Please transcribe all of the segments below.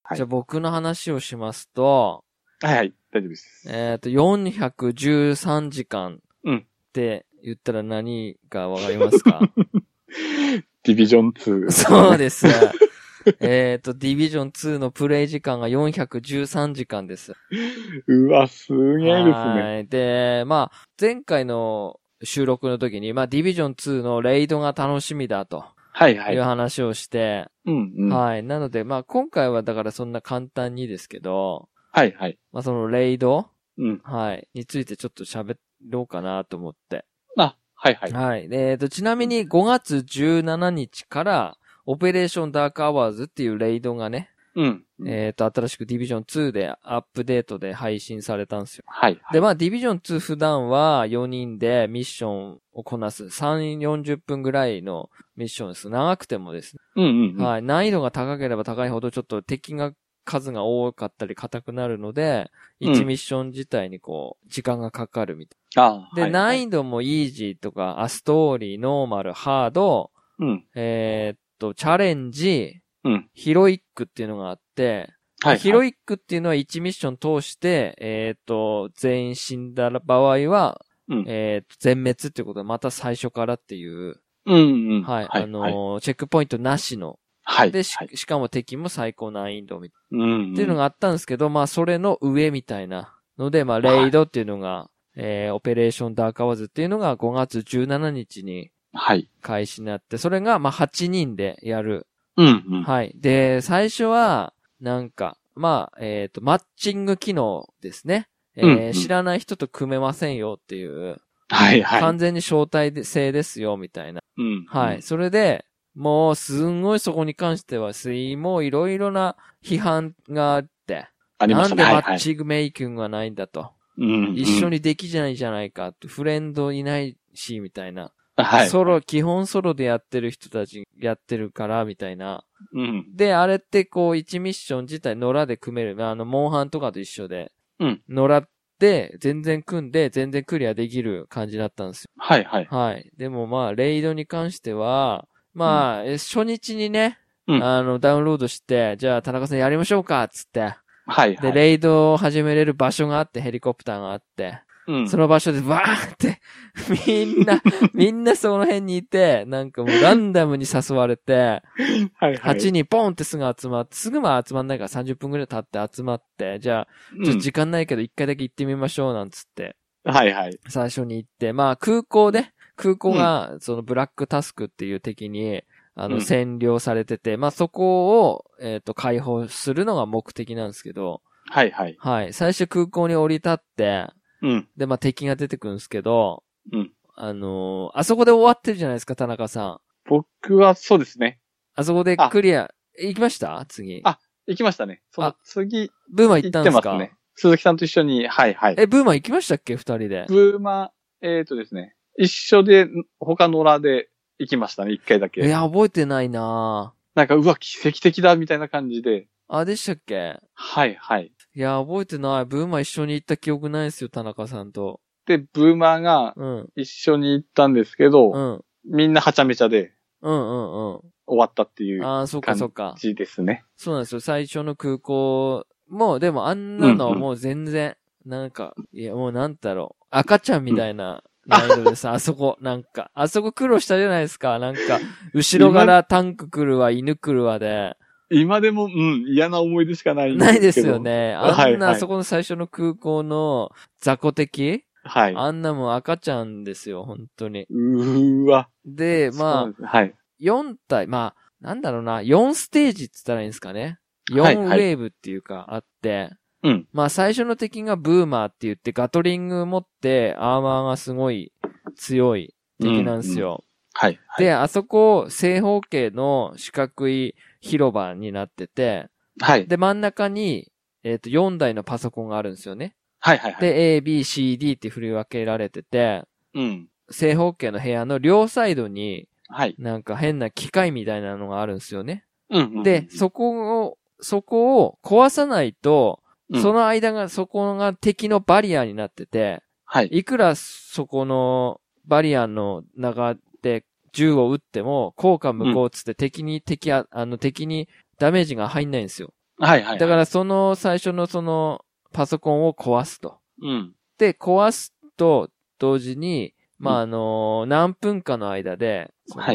はい。 じゃあ僕の話をしますと、 はいはい。大丈夫です。 413時間うん。 って言ったら何かわかりますか？ ディビジョン2、ね。 そうです。ディビジョン2のプレイ時間が413時間です。 うわ、すげえですね。 はい。で、まあ、前回の収録の時に、まあ、ディビジョン2のレイドが楽しみだとはいはいいう話をして、 うんうん。 はい。なので、まあ、今回はだからそんな簡単にですけど、 はいはい。 まあ、そのレイド、 うん。 はい。についてちょっと喋ろうかなと思って。 あ、はいはい。 はい。ちなみに5月17日から、オペレーションダークアワーズっていうレイドがね、 うん。 新しくディビジョン2でアップデートで配信されたんですよ。 はいはい。 で、まあ、ディビジョン2普段は4人でミッションをこなす。3、40分ぐらいのミッションです。長くてもですね。 うんうんうん。 はい。難易度が高ければ高いほどちょっと敵が数が多かったり硬くなるので、1ミッション自体にこう、時間がかかるみたいああ、 な。で、 はいはい。 難易度もイージーとか、ストーリー、ノーマル、ハード、 うん。 チャレンジ、 うん。 ヒロイックっていうのがあって、 はいはい。 ヒロイックっていうのは1ミッション通して、全員死んだ場合は、 うん。 全滅っていうことで、また最初からっていう、 うんうん。 はい、 はい。 チェックポイントなしの、 はい。 で、 はい。 しかも敵も最高難易度みたいうんうん。 な。っていうのがあったんですけど、まあ、それの上みたいなので、まあ、レイドっていうのが、オペレーションダークアワーズっていうのが5月17日にはい。 開始になって、それが、まあ、8人でやる。 うんうん。 はい。で、最初は、なんか、まあ、マッチング機能ですね。知らない人と組めませんよっていう。 はいはい。 完全に招待制ですよ、みたいな。 うん。 はい。それで、もう、すんごいそこに関しては、もういろいろな批判があって、 ありましたね。 なんでマッチングメイキングがないんだと。 うん。 一緒にできないじゃないか。フレンドいないし、みたいな。 はい。 基本ソロでやってる人たちやってるから、みたいな。 うん。 で、あれってこう、1ミッション自体野良で組める。モンハンとかと一緒で。 うん。 野良で、全然組んで、全然クリアできる感じだったんですよ。 はいはい。 はい。でもまあ、レイドに関しては、まあ、初日にね、 うん。 ダウンロードして、じゃあ田中さんやりましょうか、つって。 はいはい。 で、レイドを始めれる場所があって、ヘリコプターがあって、 うん。 その場所でわーって、みんなその辺にいて、なんかもうランダムに誘われて、 はいはい。 8人ポンってすぐ集まって、すぐは集まんないから30分くらい経って集まって、じゃあ、ちょっと時間ないけど一回だけ行ってみましょうなんつって、 はいはい。 最初に行って、まあ空港が、そのブラックタスクっていう敵に、占領されてて、まあそこを、解放するのが目的なんですけど、 はいはい。 はい。最初空港に降り立って、 うん。 で、まあ敵が出てくるんですけど、 うん。 あそこで終わってるじゃないですか、田中さん。 僕はそうですね。 あそこでクリア、行きました次。 あ、行きましたね。その次、 ブーマ行ったんですか？ 行ってますね。鈴木さんと一緒に、はいはい。 ブーマ行きましたっけ二人で。 ブーマ、ですね。一緒で、他のラで行きましたね、一回だけ。 いや、覚えてないなぁ。 なんか、うわ、奇跡的だ、みたいな感じで。 あ、でしたっけ？ はいはい。 いや、覚えてない。ブーマ一緒に行った記憶ないですよ、田中さんと。 で、ブーマーがうん。 一緒に行ったんですけど、 うん。 みんなはちゃめちゃでうんうんうん。 終わったっていうああ、そっかそっか感。じですね。 そうなんですよ。最初の空港も、でもあんなのもう全然、なんか、いや、もうなんだろう。赤ちゃんみたいな難易度でさ、あそこ、なんか、あそこ苦労したじゃないですか。なんか、後ろからタンク来るわ、犬来るわで。 今でも、嫌な思い出しかないんですけど。 ないですよね。あんな、 はいはい、 あそこの最初の空港の雑魚敵はい。 あんなもん赤ちゃんですよ、本当に。 うーわ。 で、まあ、 はい。 4体、まあ、なんだろうな、4ステージって言ったらいいんですかね。4 はいはいウェーブっていうかあって、 うん。 まあ最初の敵がブーマーって言ってガトリング持ってアーマーがすごい強い敵なんですよ。 はい。 で、あそこ正方形の四角い広場になってて、 はい。 で、真ん中に、4台のパソコンがあるんですよね。 はいはいはい。 で、A, B, C, D って振り分けられてて、 うん。 正方形の部屋の両サイドに、 はい。 なんか変な機械みたいなのがあるんですよね。 うん。 で、そこを壊さないと、 うん、 そこが敵のバリアになってて、 はい。 いくらそこのバリアの中で銃を撃っても、効果無効っつって敵にダメージが入んないんですよ。 はいはい。 だからその最初のそのパソコンを壊すと。 うん。 で、壊すと同時に、まあ、 うん何分かの間で、 はい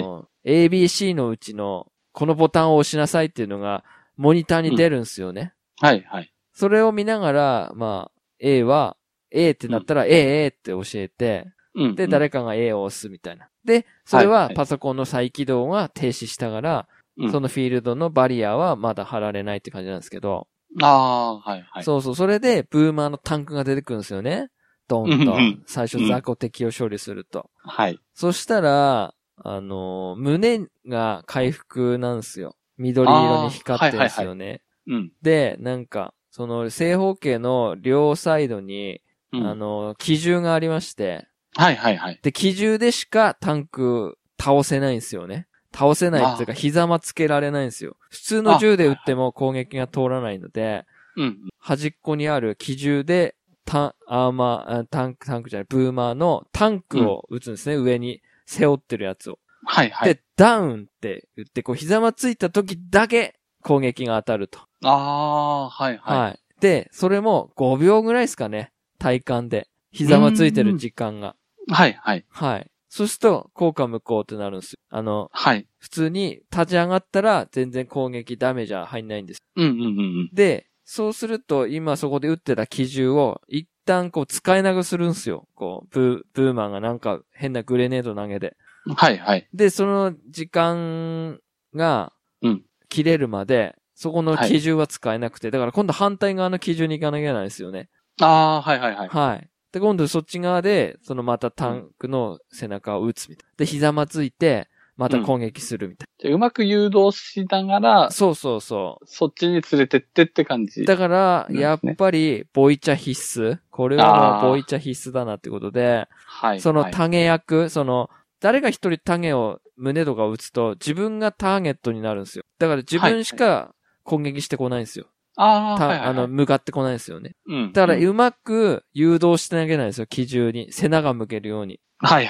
ABC のうちのこのボタンを押しなさいっていうのがモニターに出るんですよね。 はいはい。 それを見ながら、まあ、A ってなったら A って教えて、 うん。 で、誰かが A を押すみたいな。で、それはパソコンの再起動が停止したから、そのフィールドのバリアはまだ張られないって感じなんですけど。 ああ、はいはい。 そうそう、それでブーマーのタンクが出てくるんですよね。ドンと。最初雑魚敵を処理すると。 はい。 そしたら、胸が回復なんですよ。緑色に光ってるんですよね。で、なんか、その正方形の両サイドに、機銃がありまして、 はいはいはい。 で、機銃でしかタンク倒せないんですよね。倒せないっていうか、膝まつけられないんですよ。普通の銃で撃っても攻撃が通らないので、端っこにある機銃で、タンクじゃない、ブーマーのタンクを撃つんですね、上に背負ってるやつを。 はいはい。 で、ダウンって言って、こう、膝まついた時だけ攻撃が当たると。 はいはい。 はい。で、それも5秒ぐらいですかね。体感で。膝まついてる時間が。 はいはい。 はい。そうすると、効果無効ってなるんですよ。 はい。 普通に立ち上がったら全然攻撃ダメージは入んないんです。で、そうすると、今そこで撃ってた機銃を一旦こう使えなくするんですよ。こう、ブーマンがなんか変なグレネード投げて。 はいはい。 で、その時間が、切れるまで、そこの機銃は使えなくて、だから今度反対側の機銃に行かなきゃいけないんですよね。 はいはいはい。 はい。で、今度そっち側で、そのまたタンクの背中を撃つみたいな。で、膝まついて、また攻撃するみたいな。うまく誘導しながら、 そうそうそう。 そっちに連れてってって感じ。 だから、やっぱり、ボイチャ必須。これはもうボイチャ必須だなってことで、はい。そのタゲ役、誰が一人タゲを胸とか撃つと、自分がターゲットになるんですよ。だから自分しか攻撃してこないんですよ。向かってこないですよね。だから、うまく誘導してあげないんですよ、機銃に。背中向けるように。はい。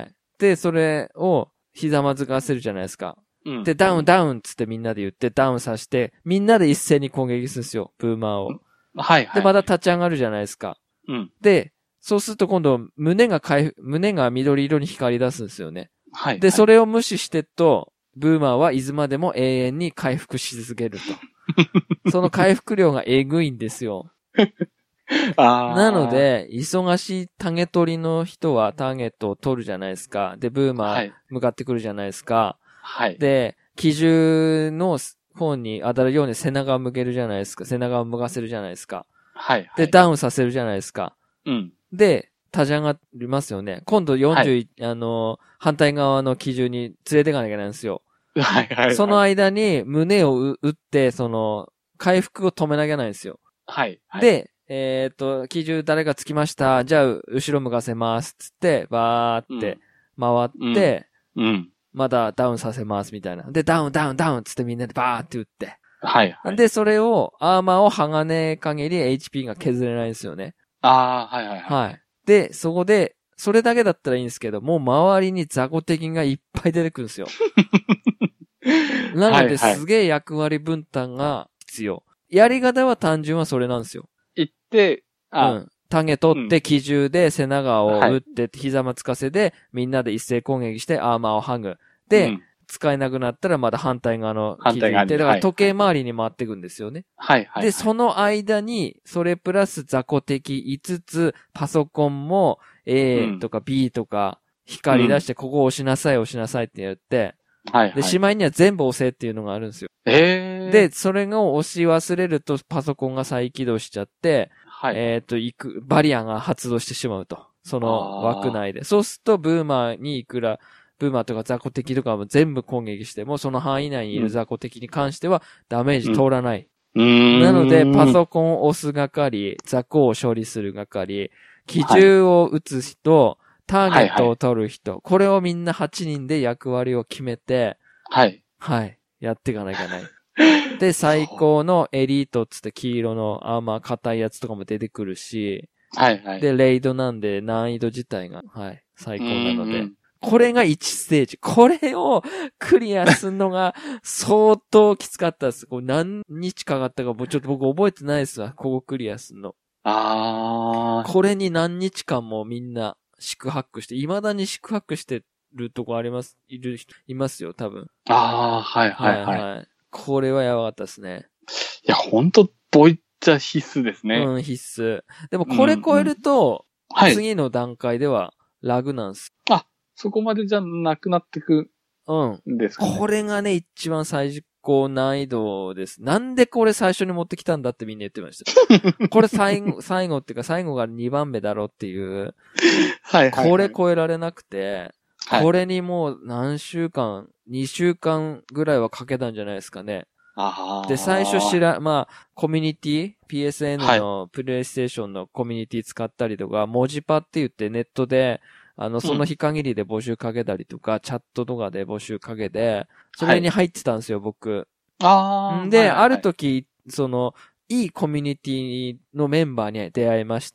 で、それを、ひざまずかせるじゃないですか。で、ダウンつってみんなで言って、ダウンさせて、みんなで一斉に攻撃するんですよ、ブーマーを。で、また立ち上がるじゃないですか。で、そうすると今度、胸が緑色に光り出すんですよね。で、それを無視してと、ブーマーはいつまでも永遠に回復し続けると。その回復量がえぐいんですよ。なので、忙しいタゲ取りの人はターゲットを取るじゃないですか。で、ブーマー向かってくるじゃないですか。で、機銃の方に当たるように背中を向けるじゃないですか。背中を向かせるじゃないですか。で、ダウンさせるじゃないですか。で、立ち上がりますよね。今度41、反対側の機銃に連れていかなきゃいけないんですよ。その間に胸を撃って、回復を止めなきゃいけないんですよ。で、機銃誰がつきました。じゃあ、後ろ向かせます。つって、バーって回って、まだダウンさせます、みたいな。で、ダウンつってみんなでバーって撃って。で、それを、アーマーを剥がね限り HP が削れないんですよね。で、そこで、それだけだったらいいんですけど、もう周りに雑魚敵がいっぱい出てくるんですよ。なので、すげえ役割分担が必要。やり方は単純はそれなんですよ。 行って、 タゲ取って機銃で背中を撃って、膝まつかせで、みんなで一斉攻撃してアーマーを剥ぐ。で、使えなくなったらまだ反対側の機銃行って、だから時計回りに回っていくんですよね。で、その間に、それプラス雑魚敵5つ、パソコンも A とか B とか光り出して、ここ押しなさいって言って、で、しまいには全部押せっていうのがあるんですよ。で、それを押し忘れるとパソコンが再起動しちゃって、バリアが発動してしまうと。その枠内で。そうすると、ブーマーとか雑魚敵とかも全部攻撃しても、その範囲内にいる雑魚敵に関してはダメージ通らない。なので、パソコンを押す係、雑魚を処理する係、機銃を撃つ人、ターゲットを取る人、これをみんな8人で役割を決めて、やっていかなきゃいけない。で、最高のエリートっつって黄色のアーマー硬いやつとかも出てくるし、で、レイドなんで難易度自体が、最高なので、 これが1ステージ。これをクリアするのが相当きつかったです。こう何日かかったかもうちょっと僕覚えてないですわ。ここクリアするの。これに何日間もみんな宿泊して、未だに宿泊してるとこあります、いますよ、多分。 はいはいはい。はい、 これはやばかったですね。 いや、ほんと、ボイチャ必須ですね。 うん、必須。でもこれ超えると、次の段階ではラグなんです。 そこまでじゃなくなってくんですかね。 これがね、一番最高難易度です。なんでこれ最初に持ってきたんだってみんな言ってました。これ最後っていうか最後が2番目だろっていう。はいはい、はい。これ超えられなくて、はい、これにもう何週間、2週間ぐらいはかけたんじゃないですかね。で、最初コミュニティ PSN のプレイステーションのコミュニティ使ったりとか、文字パって言ってネットで、その日限りで募集かけたりとか、チャットとかで募集かけて、それに入ってたんですよ、僕。で、はいはいはい、ある時、いいコミュニティのメンバーに出会いまして、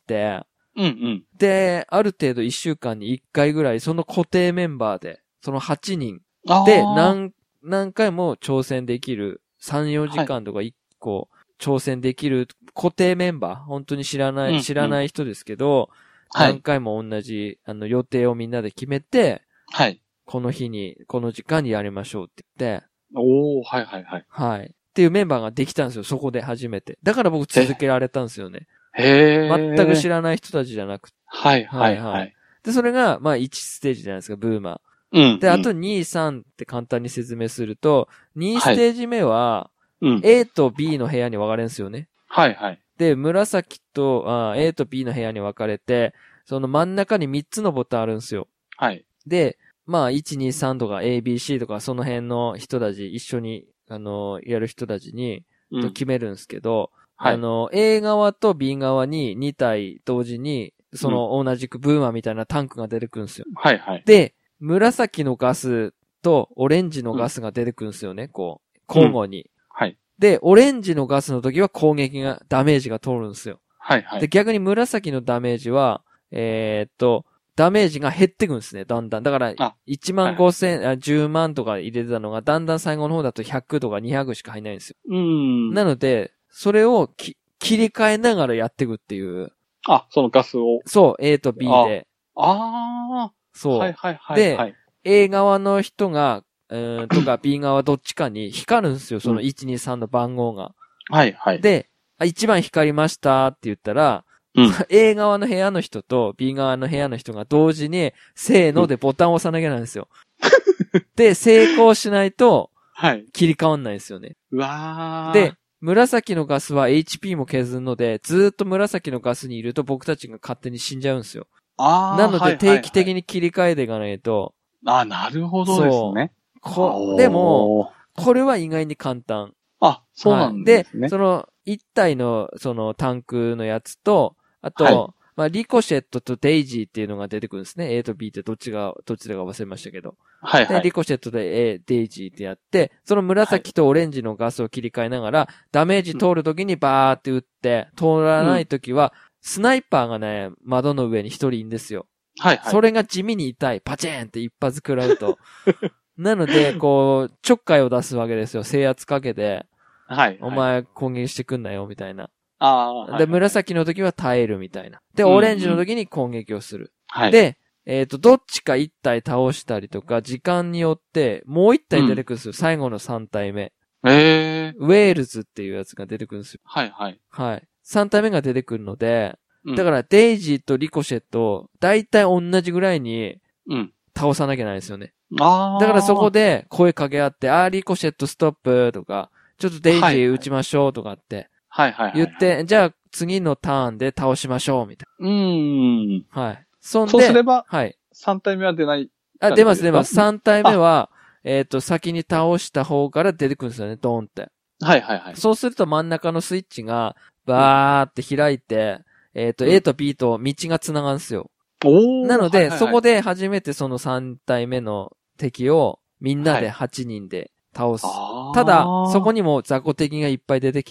で、ある程度1週間に1回ぐらい、その固定メンバーで、その8人で何回も挑戦できる、3、4時間とか1個挑戦できる固定メンバー、本当に知らない人ですけど、何回も同じ、予定をみんなで決めて、はい。この日に、この時間にやりましょうって言って、 はいはいはい。 はい。っていうメンバーができたんですよ、そこで初めて。だから僕続けられたんですよね。全く知らない人たちじゃなくて。 はいはいはい。 で、それが、1ステージじゃないですか、ブーマー。で、あと2、3って簡単に説明すると、2ステージ目は、A と B の部屋に分かれるんですよね。 はいはい。 で、紫と、A と B の部屋に分かれて、その真ん中に3つのボタンあるんですよ。はい。で、1、2、3とか A、B、C とかその辺の人たち、一緒に、やる人たちに、決めるんですけど、はい。A 側と B 側に2体同時に、その同じくブーマーみたいなタンクが出てくるんですよ。はいはい。で、紫のガスとオレンジのガスが出てくるんですよね、こう、交互に。はい。で、オレンジのガスの時はダメージが通るんですよ。はいはい。で、逆に紫のダメージは、ダメージが減ってくんですね、だんだん。だから、1万5,000、10万とか入れてたのが、だんだん最後の方だと100とか200しか入んないんですよ。なので、それを切り替えながらやっていくっていう。 そのガスを。 そう、A と B で。そう。 はいはいはい。 で、A 側の人が、とか B 側どっちかに光るんですよ、その1、2、3の番号が。はいはい。で、1番光りましたって言ったら、A 側の部屋の人と B 側の部屋の人が同時に、せーのでボタンを押さなきゃなんですよ。で、成功しないと、切り替わんないですよね。 うわー。 で、紫のガスは HP も削るので、ずーっと紫のガスにいると僕たちが勝手に死んじゃうんですよ。なので定期的に切り替えていかないと。 なるほどですね。 でも、これは意外に簡単。 そうなんですね。 で、その、一体の、そのタンクのやつと、あと、リコシェットとデイジーっていうのが出てくるんですね。A と B ってどっちだか忘れましたけど。はいはい。で、リコシェットでデイジーってやって、その紫とオレンジのガスを切り替えながら、ダメージ通るときにバーって撃って、通らないときは、スナイパーがね、窓の上に一人いるんですよ。はいはい。それが地味に痛い。パチーンって一発食らうと。なので、こう、ちょっかいを出すわけですよ。制圧かけて。はい。お前攻撃してくんなよ、みたいな。で、紫の時は耐えるみたいな。で、オレンジの時に攻撃をする。はい。で、どっちか一体倒したりとか、時間によって、もう一体出てくるんですよ。最後の3体目。ウェールズっていうやつが出てくるんですよ。はいはい。はい。3体目が出てくるので、だからデイジーとリコシェット、だいたい同じぐらいに、倒さなきゃないですよね。だからそこで声かけ合って、リコシェットストップとか、ちょっとデイジー撃ちましょうとかって、言って、じゃあ次のターンで倒しましょうみたいな。はい。そうすれば、はい。3体目は出ない。 出ます。3体目は、先に倒した方から出てくるんですよね、ドーンって。はいはいはい。そうすると真ん中のスイッチが、バーって開いて、A と B と道が繋がるんですよ。なので、そこで初めてその3体目の敵をみんなで8人で倒す。ただ、そこにも雑魚敵がいっぱい出てきて、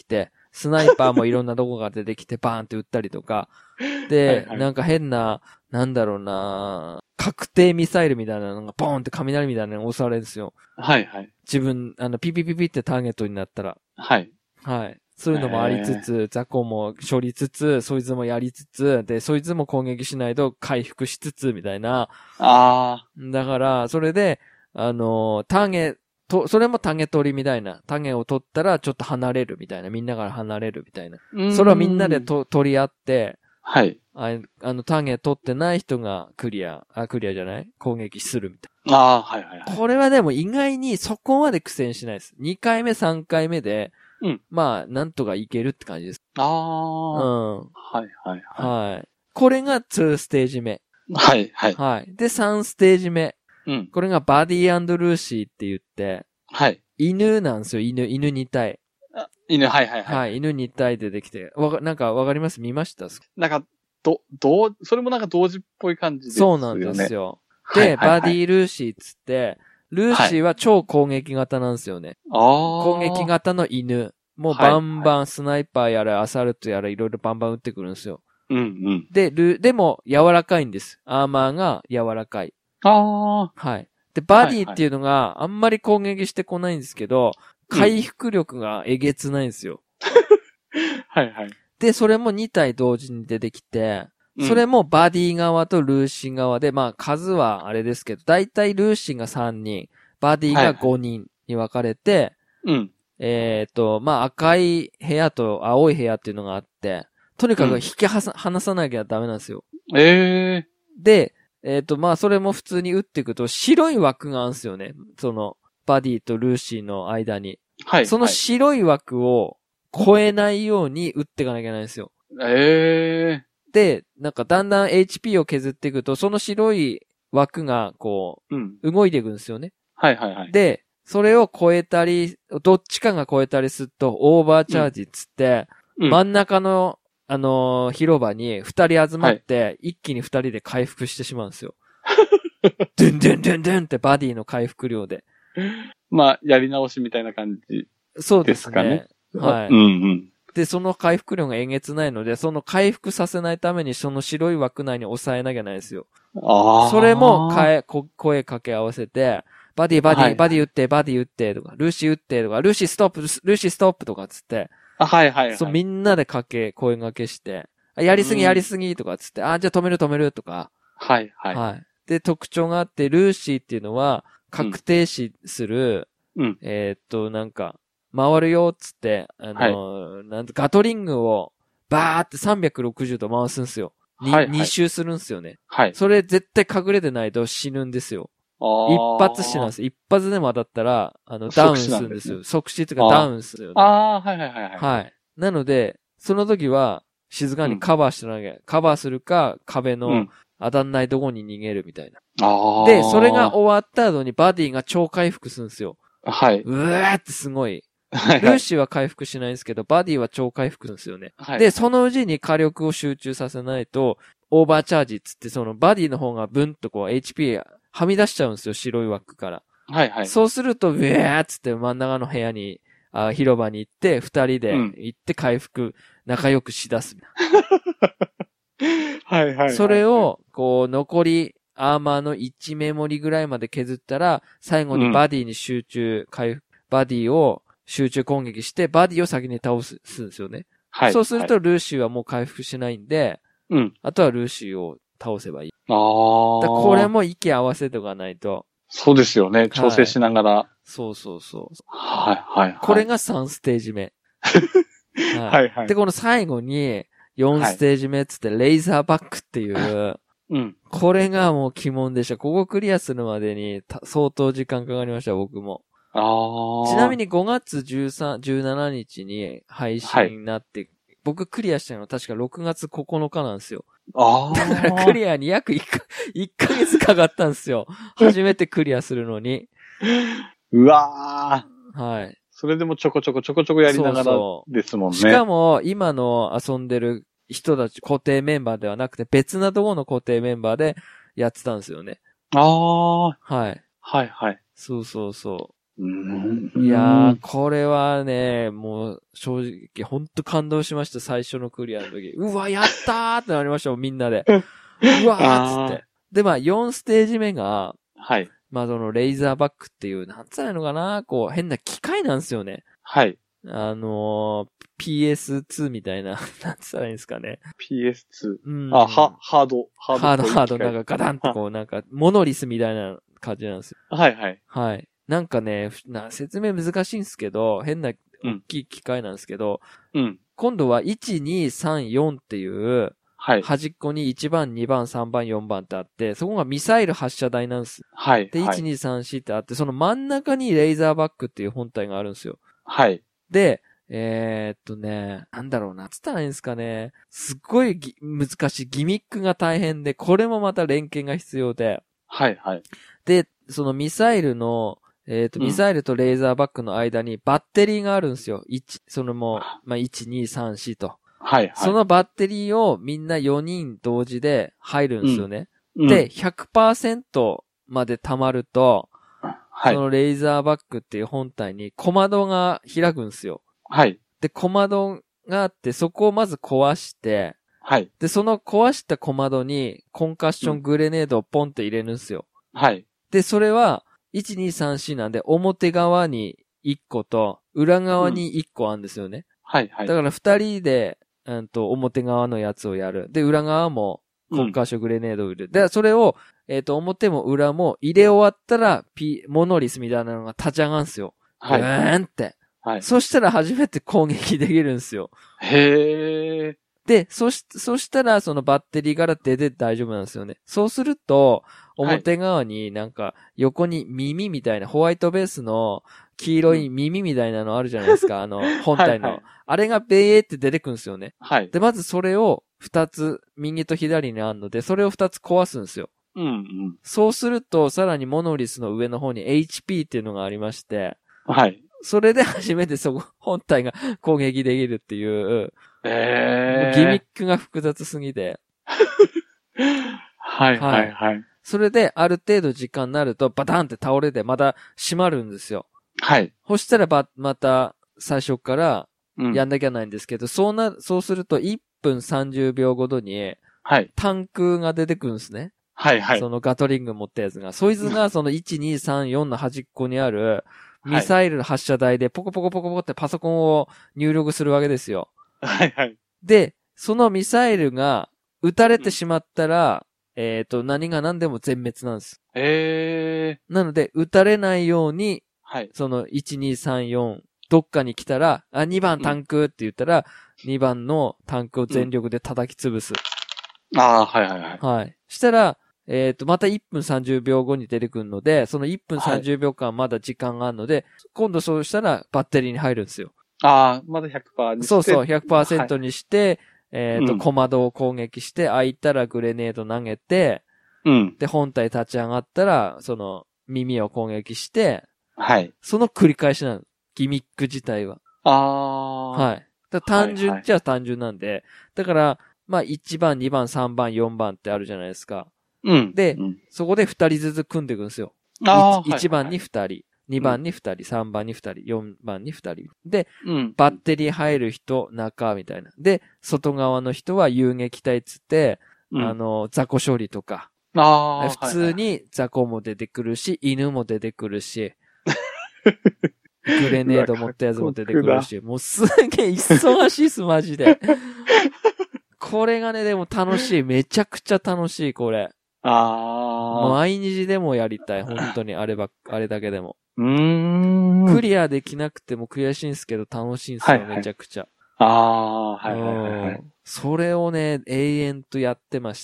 スナイパーもいろんなとこが出てきてバーンって撃ったりとか、で、 はいはいなんか変な、なんだろうな、確定ミサイルみたいなのがボーンって雷みたいなのが押されるんですよ。 はいはい。 自分、ピピピピってターゲットになったら。 はい。 はい。そういうのもありつつ、雑魚も処理つつ、そいつもやりつつ、で、そいつも攻撃しないと回復しつつ、みたいな。 あだから、それで、ターゲと、それもタゲ取りみたいな。タゲを取ったらちょっと離れるみたいな。みんなから離れるみたいな。 ー。 それをみんなで取り合って、 はい。 タゲ取ってない人がクリアじゃない攻撃するみたいああ、はいはいはい。 な。これはでも意外にそこまで苦戦しないです。2回目、3回目で、 うん。 まあ、なんとかいけるって感じです。 ああ。 うん。 はいはいははい。これが2ステージ目。 い。はいはい。 はい。で、3ステージ目。 うん。 これがバディ&ルーシーって言って、 はい。 犬なんですよ、犬2体。 犬、はいはいはい。 はい、犬2体出てきて。なんかわかります見ましたなんか、それもなんか同時っぽい感じですよね。 そうなんですよ。で、 はいはいはいバディルーシーっつって、ルーシーは超攻撃型なんですよね。 ああ。 攻撃型の犬。もうバンバンスナイパーやらアサルトやらいろいろバンバン撃ってくるんですよ。 うんうん。 でも柔らかいんです。アーマーが柔らかい。 ああ。 はい。で、バディっていうのがあんまり攻撃してこないんですけど、回復力がえげつないんですよ。 はいはい。 で、それも2体同時に出てきて、それもバディ側とルーシー側で、まあ数はあれですけど、だいたいルーシーが3人、バディが5人に分かれて、 うん。 まあ赤い部屋と青い部屋っていうのがあって、とにかく離さなきゃダメなんですよ。 ええで、まあそれも普通に打っていくと白い枠があるんですよね。その、バディとルーシーの間に。 はい。 その白い枠を超えないように打っていかなきゃいけないんですよ。 ええで、なんかだんだん HP を削っていくと、その白い枠がこう、動いていくんですよね。 はいはいはい。 で、それを超えたり、どっちかが超えたりすると、オーバーチャージっつって、真ん中の、広場に二人集まって、一気に二人で回復してしまうんですよ。ドゥンドゥンドゥンドゥンってバディの回復量で。 まあ、やり直しみたいな感じ。 そうですね。はい。 うんうん。 で、その回復量がえげつないので、その回復させないためにその白い枠内に抑えなきゃいけないんですよ。 ああ。 それも声かけ合わせて、バディ打って、バディ打って、とか、ルーシー打って、とか、ルーシーストップとかつって、 はいはいはい。 そう、みんなで声掛けして、やりすぎとかつって、じゃあ止めるとか。 はいはい。 はい。で、特徴があって、ルーシーっていうのは、確定死する、なんか、回るよっつって、ガトリングを、バーって360度回すんすよ。2周するんすよね。 はい。 それ絶対隠れてないと死ぬんですよ。一発死なんです。一発でも当たったら、ダウンするんですよ。即死とかダウンするよね。 はいはいはいはい。 はい。なので、その時は、静かにカバーしてなきゃ、カバーするか、壁の当たんないとこに逃げるみたいな。で、それが終わった後にバディが超回復するんですよ。 はい。 うーってすごい。ルーシーは回復しないんですけど、バディは超回復するんですよね。はい、で、そのうちに火力を集中させないと、オーバーチャージっつって、そのバディの方がブンとこう HP はみ出しちゃうんですよ、白い枠から。はいはい。そうすると、ウェーっつって真ん中の部屋に、広場に行って、二人で行って回復、仲良くしだす。はいはい。それを、こう、残り、アーマーの1メモリぐらいまで削ったら、最後にバディに集中、バディを集中攻撃して、バディを先に倒すんですよね。はい。そうすると、ルーシーはもう回復しないんで、あとはルーシーを倒せばいい。これも息合わせとかないと。そうですよね。調整しながら。はい、そう。はい。これが3ステージ目。はい。で、この最後に、4ステージ目っつって、レイザーバックっていう、これがもう鬼門でした。ここクリアするまでに相当時間かかりました、僕も。ちなみに5月17日に配信になって、僕クリアしたのは確か6月9日なんですよ。だからクリアに約1ヶ月かかったんですよ。初めてクリアするのに。うわー。はい。それでもちょこちょこやりながらですもんね。しかも、今の遊んでる人たち固定メンバーではなくて別なところの固定メンバーでやってたんですよね。はい。はい。そう。 うんいやー、これはね、もう、正直、ほんと感動しました、最初のクリアの時。うわ、やったーってなりましたもん、みんなで。うわーっつって。で、まあ、4ステージ目が、 はい。 まあ、その、レイザーバックっていう、なんつうのかな、こう、変な機械なんですよね。 はい。 PS2 みたいな、なんつったらいいんですかね。 PS2。 うん。 ハードハード、なんかガタンってこう、なんか、モノリスみたいな感じなんですよ。 はいはい。 はい。なんかね、説明難しいんですけど、変な大きい機械なんですけど、 うん。 今度は1、2、3、4っていう、 はい。 端っこに1番、2番、3番、4番ってあって、そこがミサイル発射台なんです。 はい。 で、1、2、3、4ってあって、その真ん中にレイザーバックっていう本体があるんですよ。 はい。 で、なんだろうな、つったらいいんですかね。すっごい難しい。ギミックが大変で、これもまた連携が必要で。 はいはい。 で、そのミサイルの、ミサイルとレーザーバックの間にバッテリーがあるんですよ。そのもう、まあ、1、2、3、4と。 はいはい。 そのバッテリーをみんな4人同時で入るんですよね。 うん、 で、100% まで溜まると、 はい。 そのレーザーバックっていう本体に小窓が開くんですよ。 はい。 で、小窓があって、そこをまず壊して、 はい。 で、その壊した小窓にコンカッショングレネードをポンって入れるんですよ。 はい。 で、それは、1、2、3、4なんで、表側に1個と、裏側に1個あるんですよね。 はいはい。 だから2人で、表側のやつをやる。で、裏側も、コンカッショングレネードを入れる。で、それを、表も裏も入れ終わったら、モノリスみたいなのが立ち上がるんですよ。 はい。 うーんって。 はい。 そしたら初めて攻撃できるんですよ。 へー。 で、そしたら、そのバッテリーから出て大丈夫なんですよね。そうすると、表側になんか、横に耳みたいな、ホワイトベースの黄色い耳みたいなのあるじゃないですか、本体の。 はいはい、 あれがベーって出てくるんですよね。 はい。 で、まずそれを2つ、右と左にあるので、それを2つ壊すんですよ。 うんうん。 そうすると、さらにモノリスの上の方に HP っていうのがありまして、 はい。 それで初めて本体が攻撃できるっていう、ギミックが複雑すぎて。 はいはいはい。 それで、ある程度時間になると、バタンって倒れて、また閉まるんですよ。 はい。 そしたらまた、最初から、やんなきゃないんですけど、そうすると、1分30秒ごとに、 はい。 タンクが出てくるんですね。 はいはい。 そのガトリング持ったやつが。そいつが、その1、2、3、4の端っこにある、ミサイル発射台でポコポコポコポコってパソコンを入力するわけですよ。 はいはい。 で、そのミサイルが撃たれてしまったら、何が何でも全滅なんです。なので、撃たれないように、 はい。 その1、2、3、4、どっかに来たら、2番タンクって言ったら、2番のタンクを全力で叩き潰す。 ああ、はいはいはい。 はい。したら、また1分30秒後に出てくるので、その1分30秒間まだ時間があるので、今度そうしたらバッテリーに入るんですよ。 ああ、まだ 100% にして。 そうそう、100% にして、 うん小窓を攻撃して、開いたらグレネード投げて、 うん。 で、本体立ち上がったら、その、耳を攻撃して、 はい。 その繰り返しなの。ギミック自体は。 ああ。 はい。単純っちゃ単純なんで、だから、まあ、1番、2番、3番、4番ってあるじゃないですか。 うん。 で、 うん、 そこで2人ずつ組んでいくんですよ。1番に2人、2番に2人、3番に2人、4番に2人。で、バッテリー入る人、中、みたいな。で、外側の人は遊撃隊つって、雑魚処理とか。普通に雑魚も出てくるし、犬も出てくるし、グレネード持ったやつも出てくるし、もうすげえ忙しいっす、マジで。これがね、でも楽しい。めちゃくちゃ楽しい、これ。毎日でもやりたい。本当にあれだけでも。クリアできなくても悔しいんですけど楽しいんですよ、はいはい、めちゃくちゃ。 はいはいはいはい。 それをね、永遠とやってました。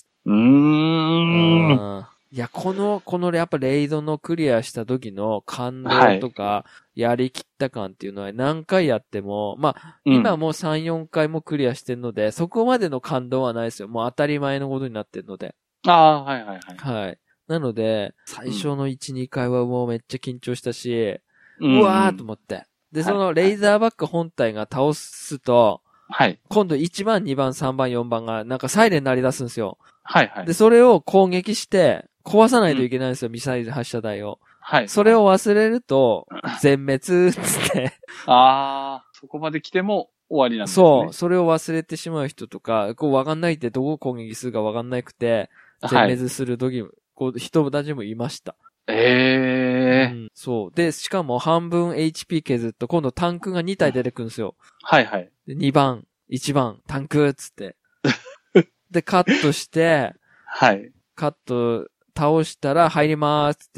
いや、このやっぱレイドのクリアした時の感動とか、やりきった感っていうのは何回やっても、まあ、今もう3、4回もクリアしてるので、そこまでの感動はないですよ。もう当たり前のことになってるので。 はいはいはい。 はい。なので、最初の1、2回はもうめっちゃ緊張したし、うわーと思って。で、そのレイザーバック本体が倒すと、 はい。 今度1番、2番、3番、4番がなんかサイレン鳴り出すんですよ。 はいはい。 で、それを攻撃して、壊さないといけないんですよ、ミサイル発射台を。 はい。 それを忘れると、全滅つって。 ああ、そこまで来ても終わりなんですね。 そう、それを忘れてしまう人とか、こうわかんないってどこ攻撃するかわかんなくて、全滅する時も、こう人たちもいました。 ええー、 うん。そう。で、しかも半分 HP 削ると、今度タンクが2体出てくるんですよ。 はいはい。 で2番、1番、タンクっつって。で、カットして、 はい。 カット倒したら入りまーすっつって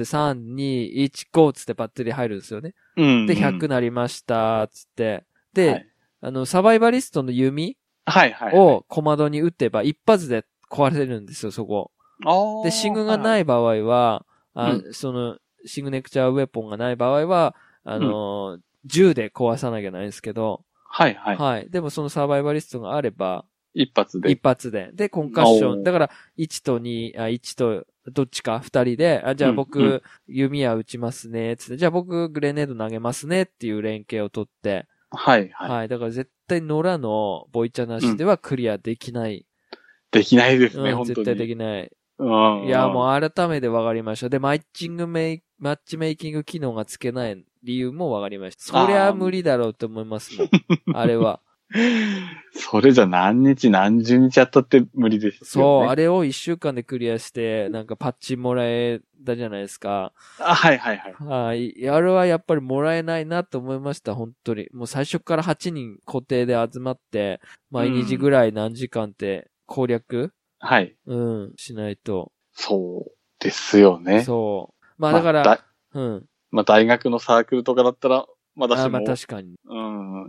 、3、2、1、5つってバッテリー入るんですよね。 うん、うん。 で、100なりましたつって。で、 はい、 サバイバリストの弓はいはい。 を小窓に撃てば一発で壊れるんですよ、そこ。で、シグがない場合は、シグネクチャーウェポンがない場合は、銃で壊さなきゃないんですけど、 はいはい。 はい。でもそのサバイバリストがあれば、 一発で。 で、コンカッション。だから、1と2、1と、どっちか2人で、じゃあ僕、弓矢撃ちますね、つって、じゃあ僕、グレネード投げますねっていう連携を取って、 はいはい。 はい。だから絶対野良のボイチャなしではクリアできない。 できないですね、 本当に。絶対できない。いや、もう改めて分かりました。で、マッチメイキング機能がつけない理由も分かりました。そりゃ無理だろうと思いますもん。あれは。 それじゃ何日何十日やったって無理ですよね。 そう、あれを1週間でクリアして、なんかパッチもらえたじゃないですか。 はいはいはい。 はい。あれはやっぱりもらえないなと思いました、本当に。もう最初から8人固定で集まって、毎日ぐらい何時間って攻略はい。 うん、しないと。 そうですよね。 そう。まあだから、うん。 まあ大学のサークルとかだったら、まだしも。 まあ確かに。 うん、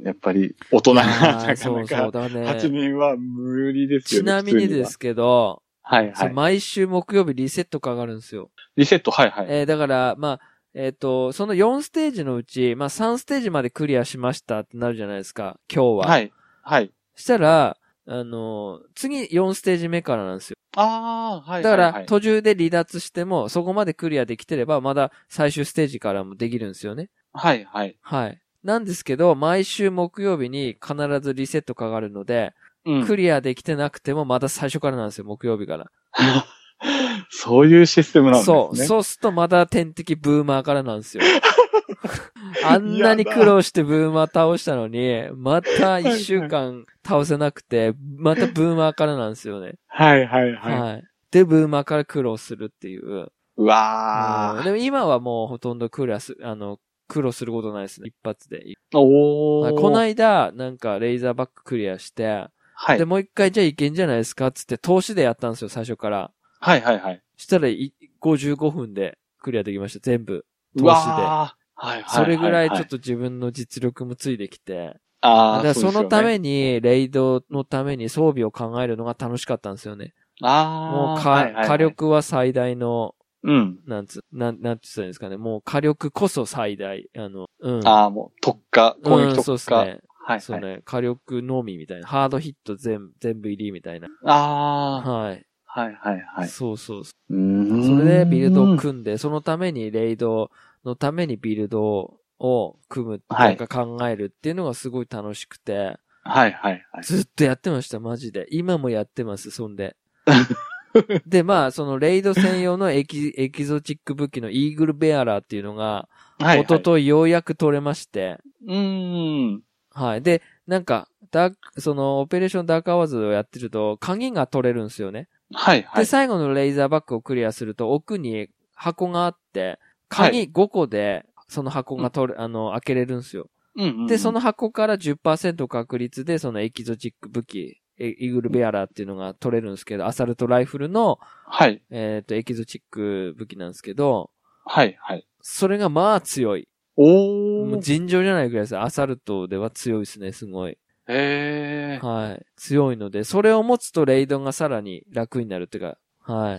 やっぱり大人がなかなかそうそうだね。 8人は無理ですよね。 ちなみにですけど、 はいはい。 毎週木曜日リセットかかるんですよ。 リセット、はいはい。 だから、まあ、その4ステージのうち、まあ3ステージまでクリアしましたってなるじゃないですか、今日は。 はい。はい。 したら、次4ステージ目からなんですよ。 ああ、はい。 だから、途中で離脱しても、そこまでクリアできてれば、まだ最終ステージからもできるんですよね。 はいはい。 はい。なんですけど、毎週木曜日に必ずリセットかかるので、クリアできてなくてもまだ最初からなんですよ、木曜日から。 そういうシステムなんですね。 そうするとまだ天敵ブーマーからなんですよ。あんなに苦労してブーマー倒したのに、また1週間倒せなくて、またブーマーからなんですよね。 はいはいはい。 はい。で、ブーマーから苦労するっていう。 うわー。 でも今はもうほとんど苦労することないですね。一発で。 おー。 こないだ、なんか、レイザーバッククリアして、はい。で、もう一回じゃあいけんじゃないですかつって、投資でやったんですよ、最初から。はいはいはい。したら、55分でクリアできました、全部。投資で。はいはい。それぐらいちょっと自分の実力もついてきて。だからそのために、レイドのために装備を考えるのが楽しかったんですよね。もう火力は最大の、なんて言ったらいいんですかね。もう火力こそ最大。 もう特化、攻撃特化。 そうですね。はい。そうね。火力のみみたいな。ハードヒット全部入りみたいな。はい。はいはいはい。そう。それでビルドを組んで、そのためにレイドのためにビルドを組む、なんか考えるっていうのがすごい楽しくて。はいはいはい。ずっとやってました、マジで。今もやってます、そんで。で、まあ、そのレイド専用のエキゾチック武器のイーグルベアラーっていうのが、一昨日ようやく取れまして。はい。で、なんか、その、オペレーションダークアワーズをやってると、鍵が取れるんですよね。はいはい。で、最後のレイザーバックをクリアすると、奥に箱があって、鍵5個で、その箱が開けれるんですよ。で、その箱から 10% 確率で、そのエキゾチック武器、イーグルベアラーっていうのが取れるんですけど、アサルトライフルの、はい。エキゾチック武器なんですけど、はいはい。それがまあ強い。もう尋常じゃないぐらいです。アサルトでは強いですね、すごい。はい。強いので、それを持つとレイドがさらに楽になるっていうか、はい。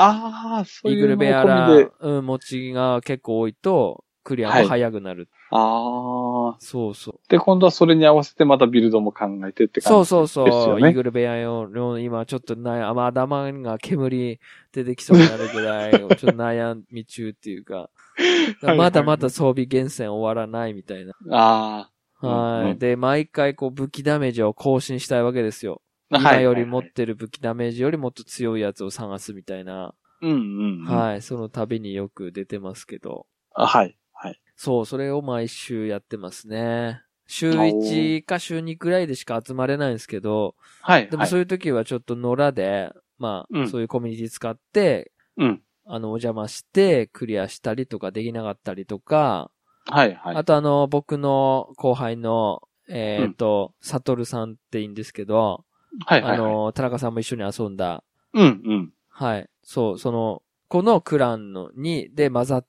そういうイーグルベアラー、持ちが結構多いと、クリアも早くなる。そうそう。 で、今度はそれに合わせてまたビルドも考えてって感じですよね。 そう。イーグルベア用、今ちょっと頭が煙出てきそうになるぐらい、ちょっと悩み中っていうか、まだまだ装備厳選終わらないみたいな。はい。で、毎回こう武器ダメージを更新したいわけですよ。今より持ってる武器ダメージよりもっと強いやつを探すみたいな。はい。その度によく出てますけど。 はい。はい。 そう、それを毎週やってますね。週1か週2くらいでしか集まれないんですけど、 はい。 でもそういう時はちょっと野良で、まあ、そういうコミュニティ使って、 うん。 お邪魔してクリアしたりとかできなかったりとか、 はいはい。 あと僕の後輩の、サトルさんって言うんですけど、 はいはいはい。 田中さんも一緒に遊んだ。 うんうん。 はい。そう、このクランで混ざって、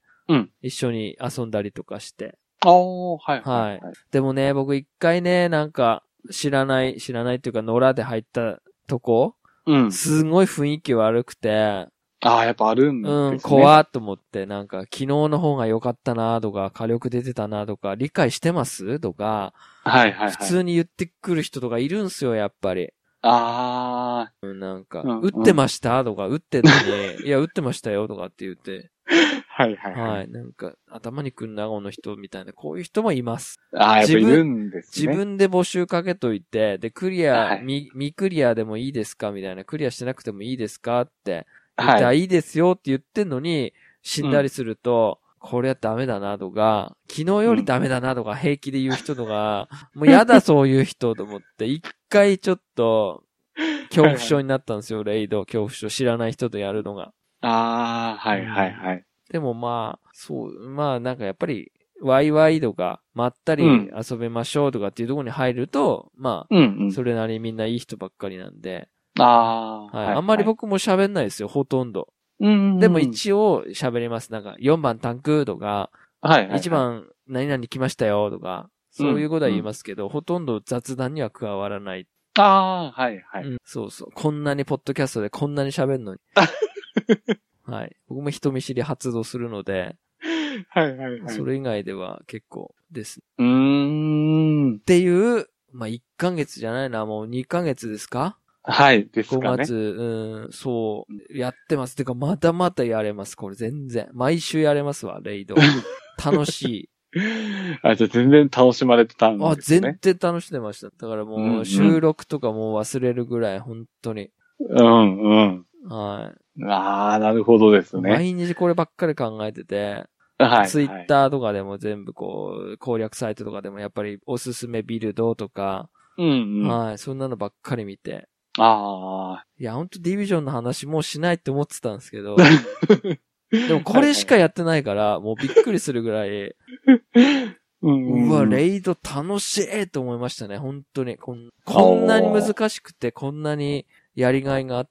うん。 一緒に遊んだりとかして。 はいはい。 はい。でもね、僕一回ね、なんか、知らないっていうか、野良で入ったとこ、 うん。 すごい雰囲気悪くて、 やっぱあるんですね。 怖っと思って、なんか、昨日の方が良かったなとか、火力出てたなとか、理解してますとか、 はいはいはい。 普通に言ってくる人とかいるんすよ、やっぱり。なんか、打ってましたとか、打ってんのに、いや、打ってましたよとかって言って。 はいはいはい。 はい。なんか、頭にくんな、この人みたいな、こういう人もいます。 やっぱいるんですね。 自分で募集かけといて、で、クリア、未クリアでもいいですかみたいな、クリアしてなくてもいいですかって言って、いいですよって言ってんのに、死んだりすると、これはダメだなとか、昨日よりダメだなとか平気で言う人とか、もうやだそういう人と思って、一回ちょっと、恐怖症になったんですよ、レイド、恐怖症。知らない人とやるのが。 はいはいはい。 でもまあ、なんかやっぱり、ワイワイとか、まったり遊べましょうとかっていうところに入ると、まあ、それなりにみんないい人ばっかりなんで。はい。あんまり僕も喋んないですよ、ほとんど。でも一応喋ります。なんか、4番タンクとか、1番何々来ましたよとか、そういうことは言いますけど、ほとんど雑談には加わらない。 はいはい。 そうそう。こんなにポッドキャストでこんなに喋るのに。はい。僕も人見知り発動するので、 はいはいはい。 それ以外では結構です。 っていう、まあ、1ヶ月じゃないな、もう2ヶ月ですか？ はい、ですかね。 5月、そう、やってます。てか、まだまだやれます、これ全然。毎週やれますわ、レイド。楽しい。 じゃあ全然楽しまれてたんですね。 全然楽しんでました。だからもう、収録とかもう忘れるぐらい、本当に。はい。 なるほどですね。 毎日こればっかり考えてて、ツイッターとかでも全部攻略サイトとかでもやっぱりおすすめビルドとか、はい、そんなのばっかり見て。いや、ほんとディビジョンの話もうしないって思ってたんですけど、でもこれしかやってないから、もうびっくりするぐらい、うわ、レイド楽しいと思いましたね、本当に。こんなに難しくて、こんなにやりがいがあって、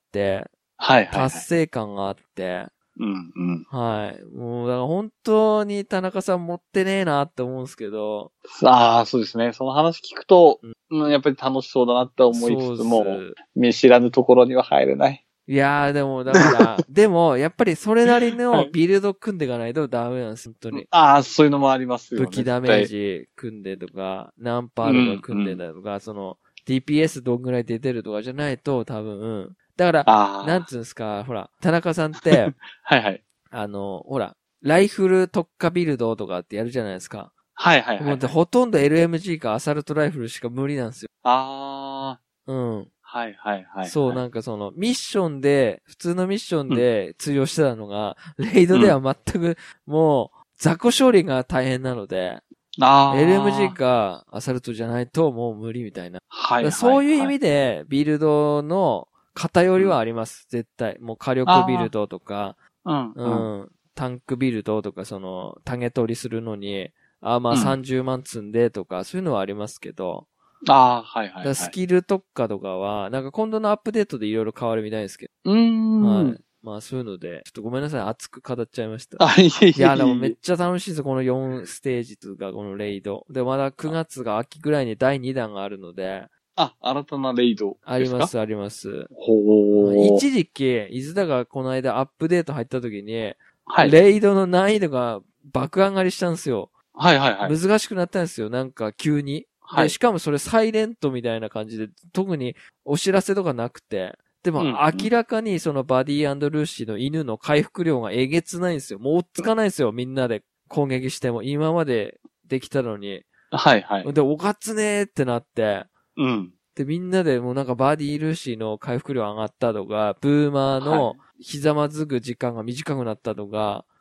達成感があって、はい。もう、だから本当に田中さん持ってねえなって思うんですけど。 そうですね。その話聞くと、やっぱり楽しそうだなって思いつつも、見知らぬところには入れない。 いやー、でも、だから、でも、やっぱりそれなりのビルド組んでいかないとダメなんです、本当に。 そういうのもありますよね。 武器ダメージ組んでとか、ナンパーとか組んでだとか、DPS どんぐらい出てるとかじゃないと多分、だから、なんつうんですか、ほら、田中さんって、 はいはい。 ほら、ライフル特化ビルドとかってやるじゃないですか。 はいはいはい。 ほとんど LMG かアサルトライフルしか無理なんですよ。うん。 はいはいはい。 そう、なんかミッションで、普通のミッションで通用してたのが、レイドでは全く、もう、雑魚処理が大変なので、LMG かアサルトじゃないともう無理みたいな。はい。そういう意味で、ビルドの偏りはあります、絶対。もう火力ビルドとか、タンクビルドとか、種取りするのに、まあ30万積んでとか、そういうのはありますけど、 はいはい。 スキル特化とかは、なんか今度のアップデートでいろいろ変わるみたいですけど。はい。まあそういうので、ちょっとごめんなさい、熱く語っちゃいました。いや、でもめっちゃ楽しいですよ、この4ステージとか、このレイド。で、まだ9月が秋ぐらいに第2弾があるので。 新たなレイドですか？ あります、あります。 ほー。 一時期、伊豆田がこの間アップデート入った時に、レイドの難易度が爆上がりしたんですよ。 はいはいはい。 難しくなったんですよ、なんか急に。で、しかもそれサイレントみたいな感じで、特にお知らせとかなくて。でも明らかにそのバディ&ルーシーの犬の回復量がえげつないんですよ。もう追っつかないんですよ、みんなで攻撃しても。今までできたのに。 はいはい。 で、おかつねーってなって。で、みんなでもうなんかバディ・ルーシーの回復量上がったとか、ブーマーのひざまずく時間が短くなったとか、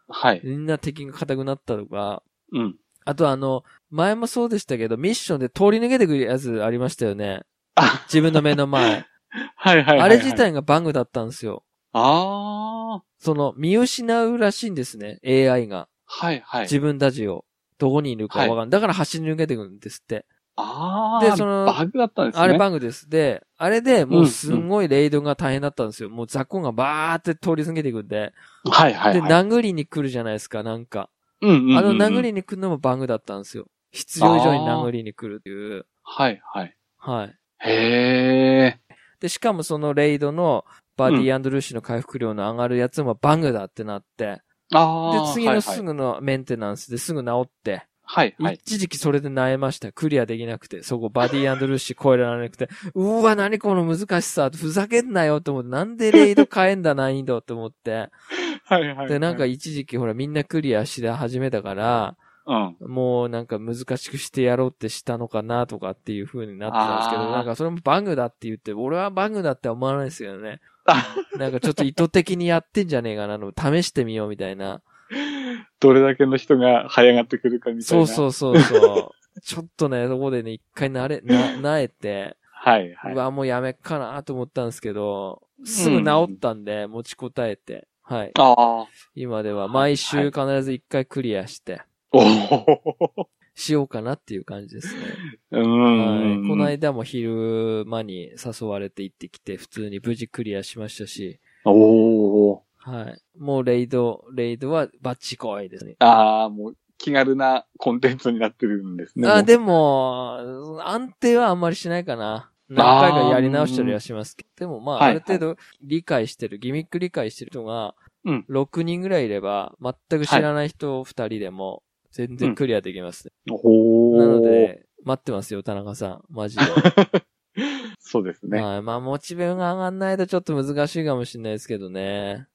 はい。 みんな敵が硬くなったとか、 うん。 あと前もそうでしたけど、ミッションで通り抜けてくるやつありましたよね。自分の目の前。 はいはいはい、はい。 あれ自体がバグだったんですよ。 ああ。 見失うらしいんですね、AI が。 はいはい。 自分たちを。どこにいるかわかんない。だから走り抜けてくるんですって。 ああ。 で、 バグだったんですね。 あれバグです。で、あれでもうすんごいレイドが大変だったんですよ。もう雑魚がバーって通り過ぎていくんで。 はいはいはい。 で、殴りに来るじゃないですか、なんか。殴りに来るのもバグだったんですよ。必要以上に殴りに来るっていう。 はいはい。 はい。 へえ。 で、しかもそのレイドのバディ&ルーシーの回復量の上がるやつもバグだってなって。で、次のすぐのメンテナンスですぐ治って。 はいはい。 一時期それで萎えました。クリアできなくて。そこバディ&ルーシー超えられなくて。うわ、何この難しさ。ふざけんなよって思って。なんでレイド変えんだ難易度って思って。 はいはい。 で、なんか一時期ほらみんなクリアし始めたから、もうなんか難しくしてやろうってしたのかなとかっていう風になってたんですけど、なんかそれもバグだって言って、俺はバグだって思わないですよね。なんかちょっと意図的にやってんじゃねえかなの、試してみようみたいな。 どれだけの人が這い上がってくるかみたいな。 そう。ちょっとね、そこでね、一回なえて、 はいはい。 うわ、もうやめっかなと思ったんですけど、すぐ治ったんで、持ちこたえて、はい。今では毎週必ず一回クリアして、しようかなっていう感じですね。はい。この間も昼間に誘われて行ってきて、普通に無事クリアしましたし。はい。もうレイドはバッチコイですね。 もう気軽なコンテンツになってるんですね。 でも、安定はあんまりしないかな。何回かやり直したりはしますけど。でもまあ、ある程度理解してる、ギミック理解してる人が、6人ぐらいいれば、全く知らない人2人でも、全然クリアできますね。なので、待ってますよ、田中さん。マジで。 そうですね。 はい。まあ、モチベが上がんないとちょっと難しいかもしれないですけどね。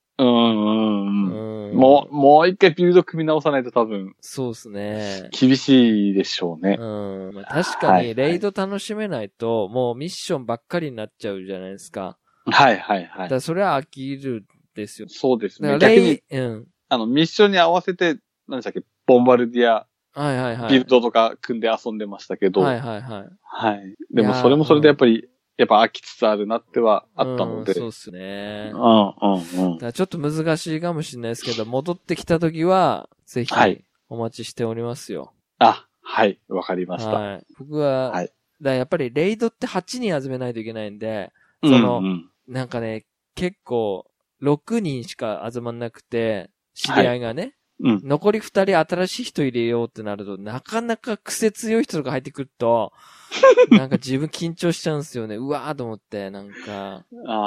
もう一回ビルド組み直さないと多分。 そうですね。 厳しいでしょうね。 まあ、確かに、レイド楽しめないと、もうミッションばっかりになっちゃうじゃないですか。 はいはいはい。 だからそれは飽きるですよ。 そうですね。逆に、ミッションに合わせて、何でしたっけ、ボンバルディア、ビルドとか組んで遊んでましたけど。はい。でもそれもそれでやっぱ飽きつつあるなってはあったので。 そうっすね。だからちょっと難しいかもしれないですけど、戻ってきた時は、ぜひ、お待ちしておりますよ。 はい。わかりました。はい。 僕は、やっぱりレイドって8人集めないといけないんで、なんかね、結構、6人しか集まんなくて、知り合いがね、残り2人新しい人入れようってなると、なかなか癖強い人とか入ってくると、なんか自分緊張しちゃうんですよね。うわーと思って、なんか。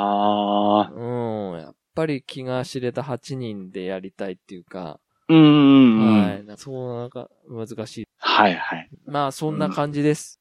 やっぱり気が知れた8人でやりたいっていうか。はい。そうなんか難しい。 はいはい。 まあそんな感じです。